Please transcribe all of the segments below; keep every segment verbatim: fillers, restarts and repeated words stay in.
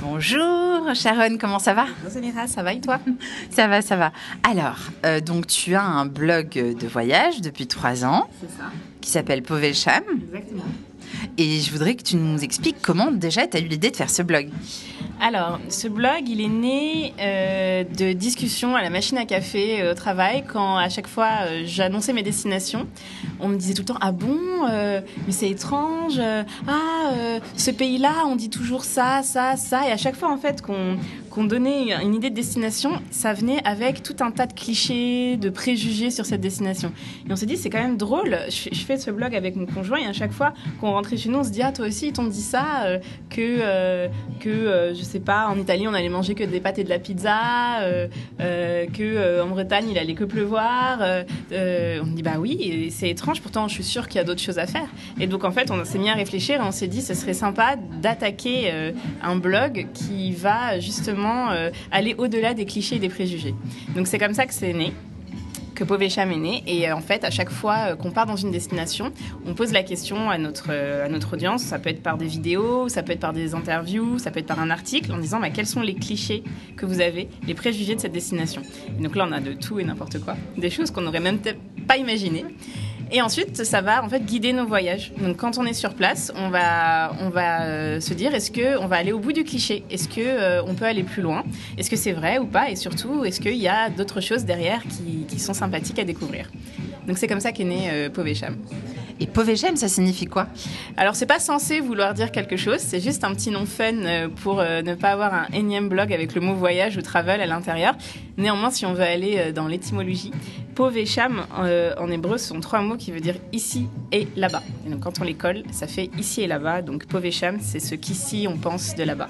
Bonjour Sharon, comment ça va? Bonjour Samira, ça va et toi? Ça va, ça va. Alors, euh, donc tu as un blog de voyage depuis trois ans. C'est ça. Qui s'appelle Povesham. Exactement. Et je voudrais que tu nous expliques comment déjà tu as eu l'idée de faire ce blog. Alors, ce blog, il est né euh, de discussions à la machine à café euh, au travail quand à chaque fois euh, j'annonçais mes destinations. On me disait tout le temps « Ah bon euh, mais c'est étrange euh, Ah, euh, ce pays-là, on dit toujours ça, ça, ça » Et à chaque fois, en fait, qu'on, qu'on donnait une idée de destination, ça venait avec tout un tas de clichés, de préjugés sur cette destination. Et on s'est dit « C'est quand même drôle, je, je fais ce blog avec mon conjoint et à chaque fois qu'on rentrait chez nous, on se dit « Ah, toi aussi, ils t'ont dit ça, euh, que, euh, que euh, je sais pas, en Italie, on allait manger que des pâtes et de la pizza, euh, euh, que euh, en Bretagne, il allait que pleuvoir. Euh, euh, on dit bah oui, et c'est étrange. Pourtant, je suis sûre qu'il y a d'autres choses à faire. Et donc en fait, on s'est mis à réfléchir et on s'est dit, ce serait sympa d'attaquer euh, un blog qui va justement euh, aller au-delà des clichés et des préjugés. Donc c'est comme ça que c'est né. que Povesham est né. Et euh, en fait, à chaque fois euh, qu'on part dans une destination, on pose la question à notre, euh, à notre audience. Ça peut être par des vidéos, ça peut être par des interviews, ça peut être par un article, en disant bah, quels sont les clichés que vous avez, les préjugés de cette destination. Et donc là, on a de tout et n'importe quoi. Des choses qu'on n'aurait même peut-être pas imaginées. Et ensuite, ça va en fait guider nos voyages. Donc, quand on est sur place, on va, on va euh, se dire est-ce que on va aller au bout du cliché? Est-ce que euh, on peut aller plus loin? Est-ce que c'est vrai ou pas? Et surtout, est-ce qu'il y a d'autres choses derrière qui, qui sont sympathiques à découvrir? Donc, c'est comme ça qu'est né euh, Povesham. Et Povesham, ça signifie quoi? Alors, c'est pas censé vouloir dire quelque chose. C'est juste un petit nom fun pour euh, ne pas avoir un énième blog avec le mot voyage ou travel à l'intérieur. Néanmoins, si on veut aller euh, dans l'étymologie, Povesham, euh, en hébreu, ce sont trois mots qui veulent dire ici et là-bas. Et donc, quand on les colle, ça fait ici et là-bas. Donc, Povesham, c'est ce qu'ici on pense de là-bas.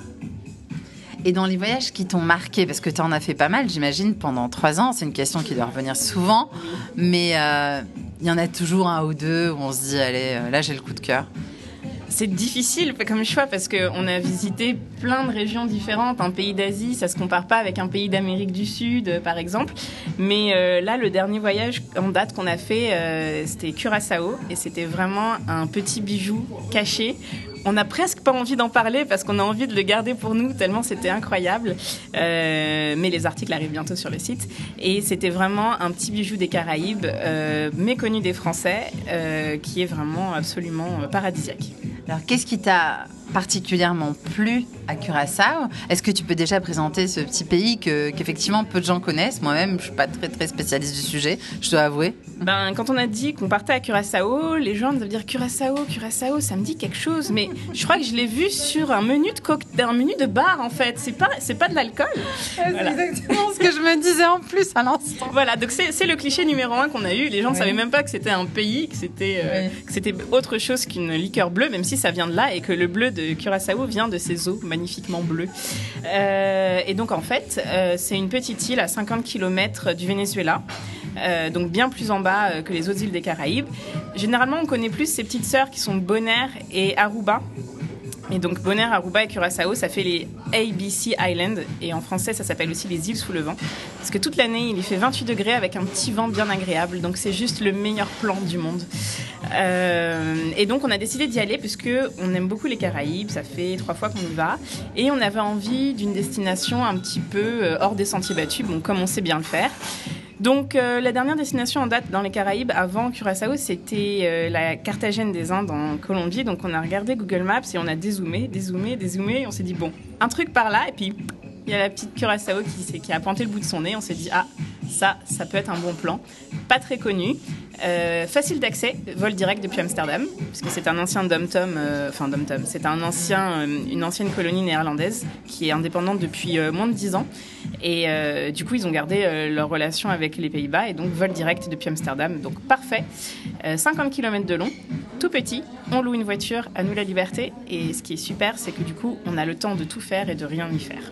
Et dans les voyages qui t'ont marqué, parce que tu en as fait pas mal, j'imagine, pendant trois ans, c'est une question qui doit revenir souvent, mais il euh, y en a toujours un ou deux où on se dit, allez, là j'ai le coup de cœur. C'est difficile comme choix parce qu'on a visité plein de régions différentes. Un pays d'Asie, ça ne se compare pas avec un pays d'Amérique du Sud, par exemple. Mais euh, là, le dernier voyage en date qu'on a fait, euh, c'était Curaçao. Et c'était vraiment un petit bijou caché. On n'a presque pas envie d'en parler parce qu'on a envie de le garder pour nous, tellement c'était incroyable. Euh, mais les articles arrivent bientôt sur le site. Et c'était vraiment un petit bijou des Caraïbes, euh, méconnu des Français, euh, qui est vraiment absolument paradisiaque. Alors, qu'est-ce qui t'a particulièrement plu à Curaçao? Est-ce que tu peux déjà présenter ce petit pays que, qu'effectivement peu de gens connaissent? Moi-même, je ne suis pas très, très spécialiste du sujet, je dois avouer. Ben, quand on a dit qu'on partait à Curaçao, les gens devaient dire Curaçao, Curaçao, ça me dit quelque chose. Mais je crois que je l'ai vu sur un menu de, cocktail, un menu de bar, en fait. C'est pas, c'est pas de l'alcool. C'est voilà. Exactement ce que je me disais en plus à l'instant. Voilà, donc c'est, c'est le cliché numéro un qu'on a eu. Les gens ne oui. savaient même pas que c'était un pays, que c'était, euh, oui. que c'était autre chose qu'une liqueur bleue, même si ça vient de là et que le bleu de Curaçao vient de ces eaux magnifiquement bleues. Euh, et donc, en fait, euh, c'est une petite île à cinquante kilomètres du Venezuela. Euh, donc bien plus en bas euh, que les autres îles des Caraïbes. Généralement, on connaît plus ces petites sœurs qui sont Bonaire et Aruba. Et donc Bonaire, Aruba et Curaçao, ça fait les A B C Islands. Et en français, ça s'appelle aussi les îles sous le vent. Parce que toute l'année, il y fait vingt-huit degrés avec un petit vent bien agréable. Donc c'est juste le meilleur plan du monde. Euh, et donc on a décidé d'y aller puisque on aime beaucoup les Caraïbes. Ça fait trois fois qu'on y va. Et on avait envie d'une destination un petit peu hors des sentiers battus, bon, comme on sait bien le faire. Donc, euh, la dernière destination en date dans les Caraïbes, avant Curaçao, c'était euh, la Carthagène des Indes en Colombie. Donc, on a regardé Google Maps et on a dézoomé, dézoomé, dézoomé. Et on s'est dit, bon, un truc par là. Et puis, il y a la petite Curaçao qui, qui a pointé le bout de son nez. On s'est dit, ah, ça, ça peut être un bon plan. Pas très connu. Euh, facile d'accès, vol direct depuis Amsterdam, puisque c'est un ancien dom-tom, euh, enfin dom-tom, c'est un ancien, euh, une ancienne colonie néerlandaise qui est indépendante depuis euh, moins de dix ans. Et euh, du coup, ils ont gardé euh, leur relation avec les Pays-Bas et donc vol direct depuis Amsterdam. Donc parfait. Euh, cinquante kilomètres de long, tout petit. On loue une voiture, à nous la liberté. Et ce qui est super, c'est que du coup, on a le temps de tout faire et de rien y faire.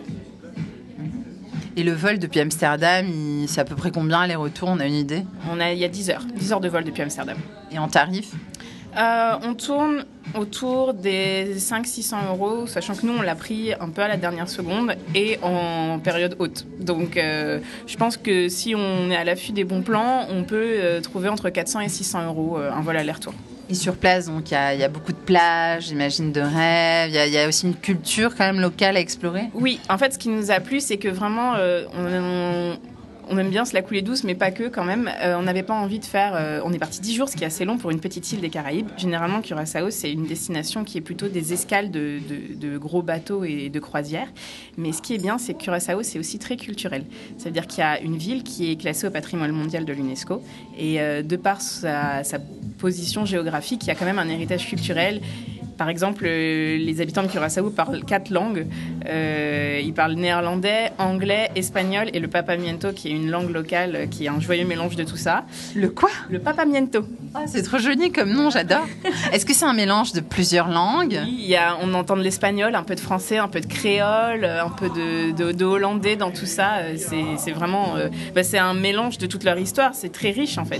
Et le vol depuis Amsterdam, il... c'est à peu près combien aller-retour? On a une idée? On a, il y a dix heures. dix heures de vol depuis Amsterdam. Et en tarif? euh, On tourne autour des cinq cents à six cents euros, sachant que nous, on l'a pris un peu à la dernière seconde et en période haute. Donc, euh, je pense que si on est à l'affût des bons plans, on peut euh, trouver entre quatre cents et six cents euros euh, un vol aller-retour. Et sur place, donc, il y, y a beaucoup de plages, j'imagine, de rêves. Il y, y a aussi une culture quand même locale à explorer. Oui, en fait, ce qui nous a plu, c'est que vraiment, euh, on, on aime bien se la couler douce, mais pas que quand même. Euh, on n'avait pas envie de faire... Euh, on est parti dix jours, ce qui est assez long pour une petite île des Caraïbes. Généralement, Curaçao, c'est une destination qui est plutôt des escales de, de, de gros bateaux et de croisières. Mais ce qui est bien, c'est que Curaçao, c'est aussi très culturel. Ça veut dire qu'il y a une ville qui est classée au patrimoine mondial de l'UNESCO. Et euh, de par sa, sa position géographique, il y a quand même un héritage culturel. Par exemple, euh, les habitants de Curaçao parlent quatre langues. Euh, ils parlent néerlandais, anglais, espagnol et le papamiento, qui est une langue locale, euh, qui est un joyeux mélange de tout ça. Le quoi ? Le papamiento. Ah, c'est trop joli comme nom, j'adore. Est-ce que c'est un mélange de plusieurs langues ? Oui, il y a, on entend de l'espagnol, un peu de français, un peu de créole, un peu de, de, de hollandais dans tout ça. C'est, c'est vraiment... Euh, bah, c'est un mélange de toute leur histoire. C'est très riche, en fait.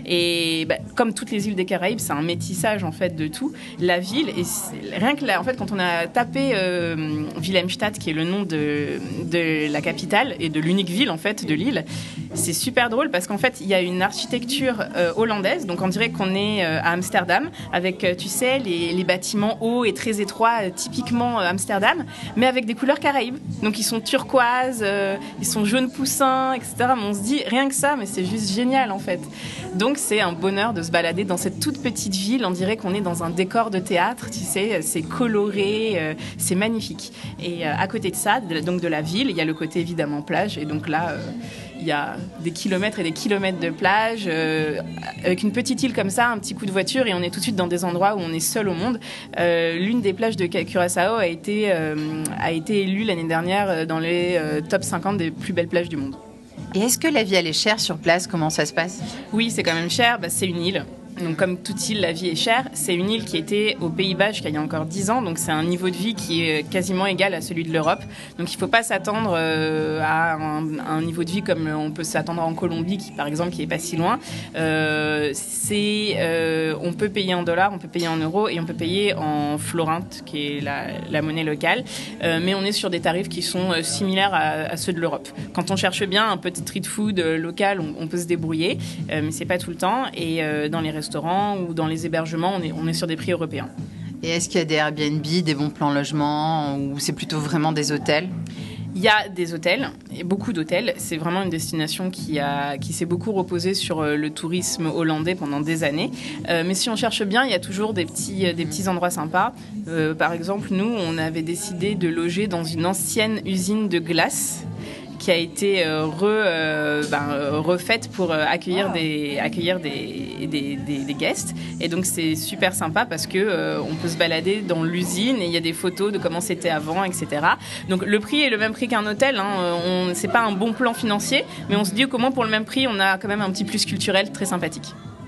Et bah, comme toutes les îles des Caraïbes, c'est un métissage, en fait, de tout. La ville... Et rien que là, en fait, quand on a tapé euh, Wilhelmstad, qui est le nom de, de la capitale et de l'unique ville en fait de l'île, c'est super drôle parce qu'en fait, il y a une architecture euh, hollandaise, donc on dirait qu'on est euh, à Amsterdam, avec, euh, tu sais, les, les bâtiments hauts et très étroits, euh, typiquement euh, Amsterdam, mais avec des couleurs caraïbes. Donc ils sont turquoises, euh, ils sont jaunes poussins, et cetera. Mais on se dit, rien que ça, mais c'est juste génial en fait. Donc c'est un bonheur de se balader dans cette toute petite ville, on dirait qu'on est dans un décor de théâtre. Tu sais, c'est coloré, euh, c'est magnifique. Et euh, à côté de ça, de, donc de la ville, il y a le côté évidemment plage. Et donc là, euh, il y a des kilomètres et des kilomètres de plage. Euh, avec une petite île comme ça, un petit coup de voiture, et on est tout de suite dans des endroits où on est seul au monde. Euh, l'une des plages de Curaçao a été, euh, a été élue l'année dernière dans les euh, top cinquante des plus belles plages du monde. Et est-ce que la vie, elle est chère sur place ? Comment ça se passe ? Oui, c'est quand même cher. Bah, c'est une île. Donc, comme toute île, la vie est chère. C'est une île qui était aux Pays-Bas jusqu'à il y a encore dix ans. Donc, c'est un niveau de vie qui est quasiment égal à celui de l'Europe. Donc, il ne faut pas s'attendre euh, à un, un niveau de vie comme on peut s'attendre en Colombie, qui, par exemple, qui n'est pas si loin. Euh, c'est, euh, on peut payer en dollars, on peut payer en euros et on peut payer en florinte, qui est la, la monnaie locale. Euh, mais on est sur des tarifs qui sont euh, similaires à, à ceux de l'Europe. Quand on cherche bien un petit street food euh, local, on, on peut se débrouiller, euh, mais ce n'est pas tout le temps. Et euh, dans les restaurants ou dans les hébergements, on est, on est sur des prix européens. Et est-ce qu'il y a des Airbnb, des bons plans logement, ou c'est plutôt vraiment des hôtels ? Il y a des hôtels, et beaucoup d'hôtels. C'est vraiment une destination qui, a, qui s'est beaucoup reposée sur le tourisme hollandais pendant des années. Euh, mais si on cherche bien, il y a toujours des petits, des petits endroits sympas. Euh, par exemple, nous, on avait décidé de loger dans une ancienne usine de glace qui a été euh, re, euh, ben, euh, refaite pour euh, accueillir, wow. des, accueillir des, des, des, des guests. Et donc, c'est super sympa parce qu'on euh, peut se balader dans l'usine et il y a des photos de comment c'était avant, et cetera. Donc, le prix est le même prix qu'un hôtel. Hein. On, c'est pas un bon plan financier, mais on se dit comment pour le même prix, on a quand même un petit plus culturel très sympathique.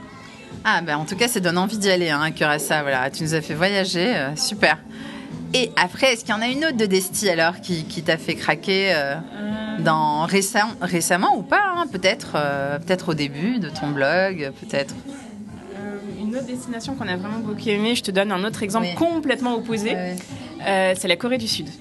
Ah, ben, en tout cas, ça donne envie d'y aller, hein, à Curaçao. Voilà. Tu nous as fait voyager. Euh, super. Et après, est-ce qu'il y en a une autre de Desti alors qui, qui t'a fait craquer euh, dans, récem, récemment ou pas hein, peut-être, euh, peut-être au début de ton blog, peut-être euh, Une autre destination qu'on a vraiment beaucoup aimée, je te donne un autre exemple oui. complètement opposé, oui. euh, c'est la Corée du Sud.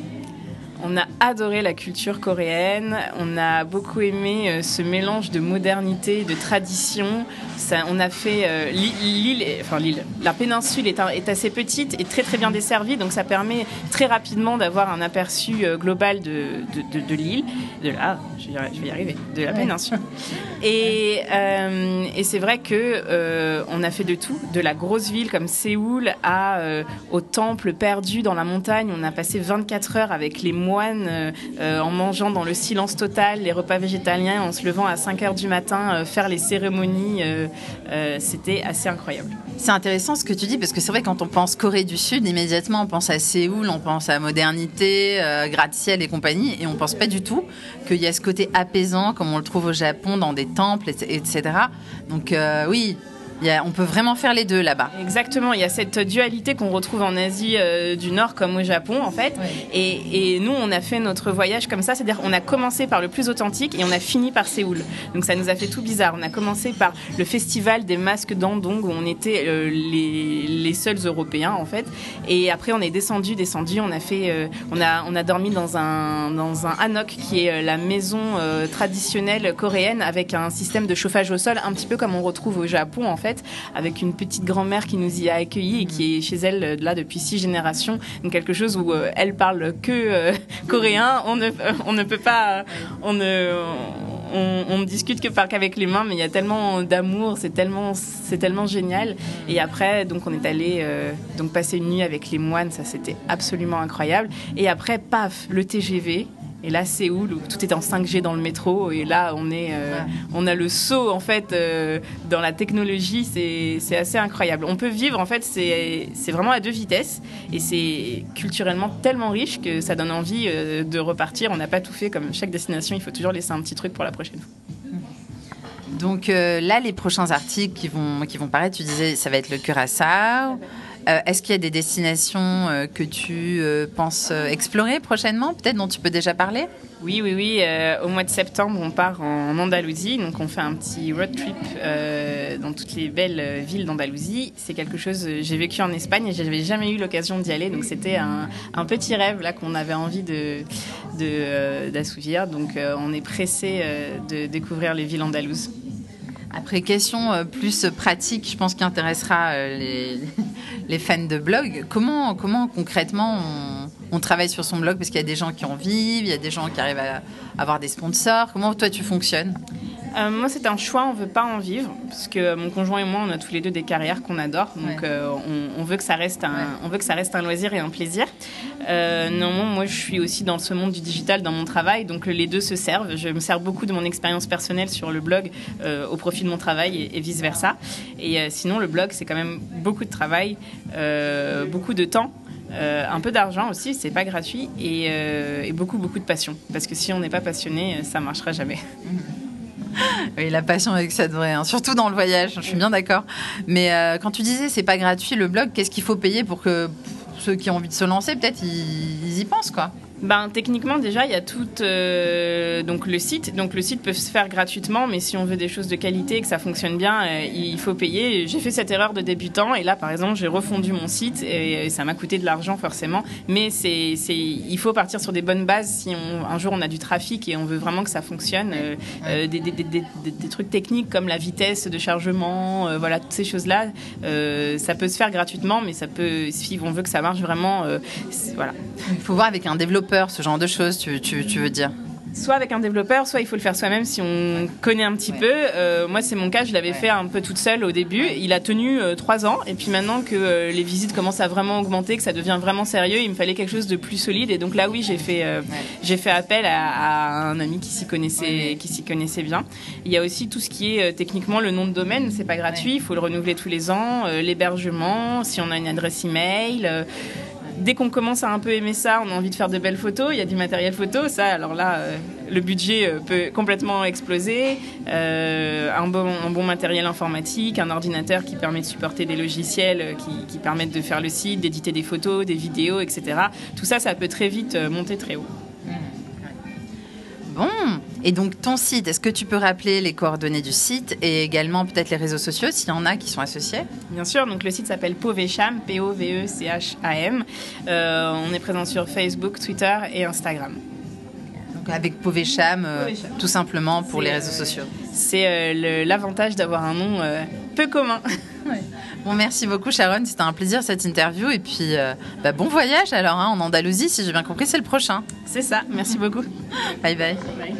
On a adoré la culture coréenne, on a beaucoup aimé euh, ce mélange de modernité, de tradition. Ça, on a fait euh, l'île, enfin l'île, la péninsule est, un, est assez petite et très très bien desservie, donc ça permet très rapidement d'avoir un aperçu euh, global de, de, de, de l'île, de là, je vais, je vais y arriver, de la ouais. péninsule. Et, euh, et c'est vrai que euh, on a fait de tout, de la grosse ville comme Séoul à euh, au temple perdu dans la montagne. On a passé vingt-quatre heures avec les moines euh, en mangeant dans le silence total, les repas végétaliens, en se levant à cinq heures du matin, euh, faire les cérémonies. Euh, euh, c'était assez incroyable. C'est intéressant ce que tu dis parce que c'est vrai quand on pense Corée du Sud, immédiatement on pense à Séoul, on pense à modernité, euh, gratte-ciel et compagnie, et on pense pas du tout qu'il y a ce côté apaisant comme on le trouve au Japon dans des temples, et cetera. Donc euh, oui. Il y a, on peut vraiment faire les deux là-bas. Exactement, il y a cette dualité qu'on retrouve en Asie euh, du Nord comme au Japon en fait. Ouais. Et, et nous, on a fait notre voyage comme ça, c'est-à-dire on a commencé par le plus authentique et on a fini par Séoul. Donc ça nous a fait tout bizarre. On a commencé par le festival des masques d'Andong où on était euh, les, les seuls Européens en fait. Et après on est descendu, descendu, on a fait, euh, on a, on a dormi dans un dans un hanok qui est la maison euh, traditionnelle coréenne avec un système de chauffage au sol, un petit peu comme on retrouve au Japon en fait. fait, avec une petite grand-mère qui nous y a accueillis et qui est chez elle là depuis six générations. Donc quelque chose où euh, elle parle que euh, coréen. On ne, on ne peut pas, on ne, on, on ne discute que par qu'avec les mains, mais il y a tellement d'amour, c'est tellement, c'est tellement génial. Et après, donc on est allé euh, donc passer une nuit avec les moines, ça c'était absolument incroyable. Et après, paf, le T G V. Et là, Séoul, où tout est en cinq G dans le métro. Et là, on, est, euh, ouais. on a le saut, en fait, euh, dans la technologie. C'est, c'est assez incroyable. On peut vivre, en fait, c'est, c'est vraiment à deux vitesses. Et c'est culturellement tellement riche que ça donne envie euh, de repartir. On n'a pas tout fait. Comme chaque destination, il faut toujours laisser un petit truc pour la prochaine fois. Donc euh, là, les prochains articles qui vont, qui vont paraître, tu disais, ça va être le Curaçao. Euh, est-ce qu'il y a des destinations euh, que tu euh, penses euh, explorer prochainement, peut-être dont tu peux déjà parler ? Oui, oui, oui. Euh, au mois de septembre, on part en Andalousie. Donc, on fait un petit road trip euh, dans toutes les belles villes d'Andalousie. C'est quelque chose... J'ai vécu en Espagne et je n'avais jamais eu l'occasion d'y aller. Donc, c'était un, un petit rêve là qu'on avait envie de, de, euh, d'assouvir. Donc, euh, on est pressé euh, de découvrir les villes andalouses. Après, question euh, plus pratique, je pense, qui intéressera euh, les, les fans de blog. Comment, comment concrètement on, on travaille sur son blog ? Parce qu'il y a des gens qui en vivent, il y a des gens qui arrivent à avoir des sponsors. Comment toi tu fonctionnes ? Euh, moi, c'est un choix, on ne veut pas en vivre, parce que mon conjoint et moi, on a tous les deux des carrières qu'on adore, donc ouais. euh, on, on, veut que ça reste un, ouais. on veut que ça reste un loisir et un plaisir. Euh, néanmoins, moi, je suis aussi dans ce monde du digital, dans mon travail, donc les deux se servent. Je me sers beaucoup de mon expérience personnelle sur le blog euh, au profit de mon travail et, et vice-versa. Et euh, sinon, le blog, c'est quand même beaucoup de travail, euh, beaucoup de temps. Euh, un peu d'argent aussi, c'est pas gratuit, et, euh, et beaucoup, beaucoup de passion. Parce que si on n'est pas passionné, ça marchera jamais. Oui, la passion avec ça devrait, hein. Surtout dans le voyage, je suis bien d'accord. Mais euh, quand tu disais c'est pas gratuit le blog, qu'est-ce qu'il faut payer pour que pour ceux qui ont envie de se lancer, peut-être ils, ils y pensent quoi ? Ben, techniquement, déjà, il y a tout euh, donc le site. Donc, le site peut se faire gratuitement, mais si on veut des choses de qualité et que ça fonctionne bien, euh, il faut payer. J'ai fait cette erreur de débutant et là, par exemple, j'ai refondu mon site et, et ça m'a coûté de l'argent forcément. Mais c'est, c'est, il faut partir sur des bonnes bases si on, un jour on a du trafic et on veut vraiment que ça fonctionne. Euh, euh, des, des, des, des, des trucs techniques comme la vitesse de chargement, euh, voilà, toutes ces choses-là, euh, ça peut se faire gratuitement, mais ça peut, si on veut que ça marche vraiment, euh, voilà. Il faut voir avec un développeur, ce genre de choses, tu, tu, tu veux dire ? Soit avec un développeur, soit il faut le faire soi-même si on connaît un petit ouais. peu. Euh, moi, c'est mon cas, je l'avais ouais. fait un peu toute seule au début. Il a tenu euh, trois ans. Et puis maintenant que euh, les visites commencent à vraiment augmenter, que ça devient vraiment sérieux, il me fallait quelque chose de plus solide. Et donc là, oui, j'ai fait, euh, ouais. j'ai fait appel à, à un ami qui s'y connaissait, ouais. qui s'y connaissait bien. Il y a aussi tout ce qui est euh, techniquement le nom de domaine. C'est pas gratuit, il faut le renouveler tous les ans. Euh, l'hébergement, si on a une adresse email. Euh, Dès qu'on commence à un peu aimer ça, on a envie de faire de belles photos, il y a du matériel photo, ça, alors là, euh, le budget euh, peut complètement exploser. Euh, un, bon, un bon matériel informatique, un ordinateur qui permet de supporter des logiciels euh, qui, qui permettent de faire le site, d'éditer des photos, des vidéos, et cetera. Tout ça, ça peut très vite euh, monter très haut. Bon, et donc ton site, est-ce que tu peux rappeler les coordonnées du site et également peut-être les réseaux sociaux s'il y en a qui sont associés ? Bien sûr, donc le site s'appelle Povecham, P O V E C H A M. Euh, on est présent sur Facebook, Twitter et Instagram. Donc avec Povecham, euh, Povecham. Tout simplement pour c'est, les réseaux sociaux. C'est euh, le, l'avantage d'avoir un nom euh, peu commun. Ouais. Bon, merci beaucoup Sharon, c'était un plaisir cette interview et puis euh, bah, bon voyage alors hein, en Andalousie, si j'ai bien compris, c'est le prochain. C'est ça, merci beaucoup. Bye bye. Bye.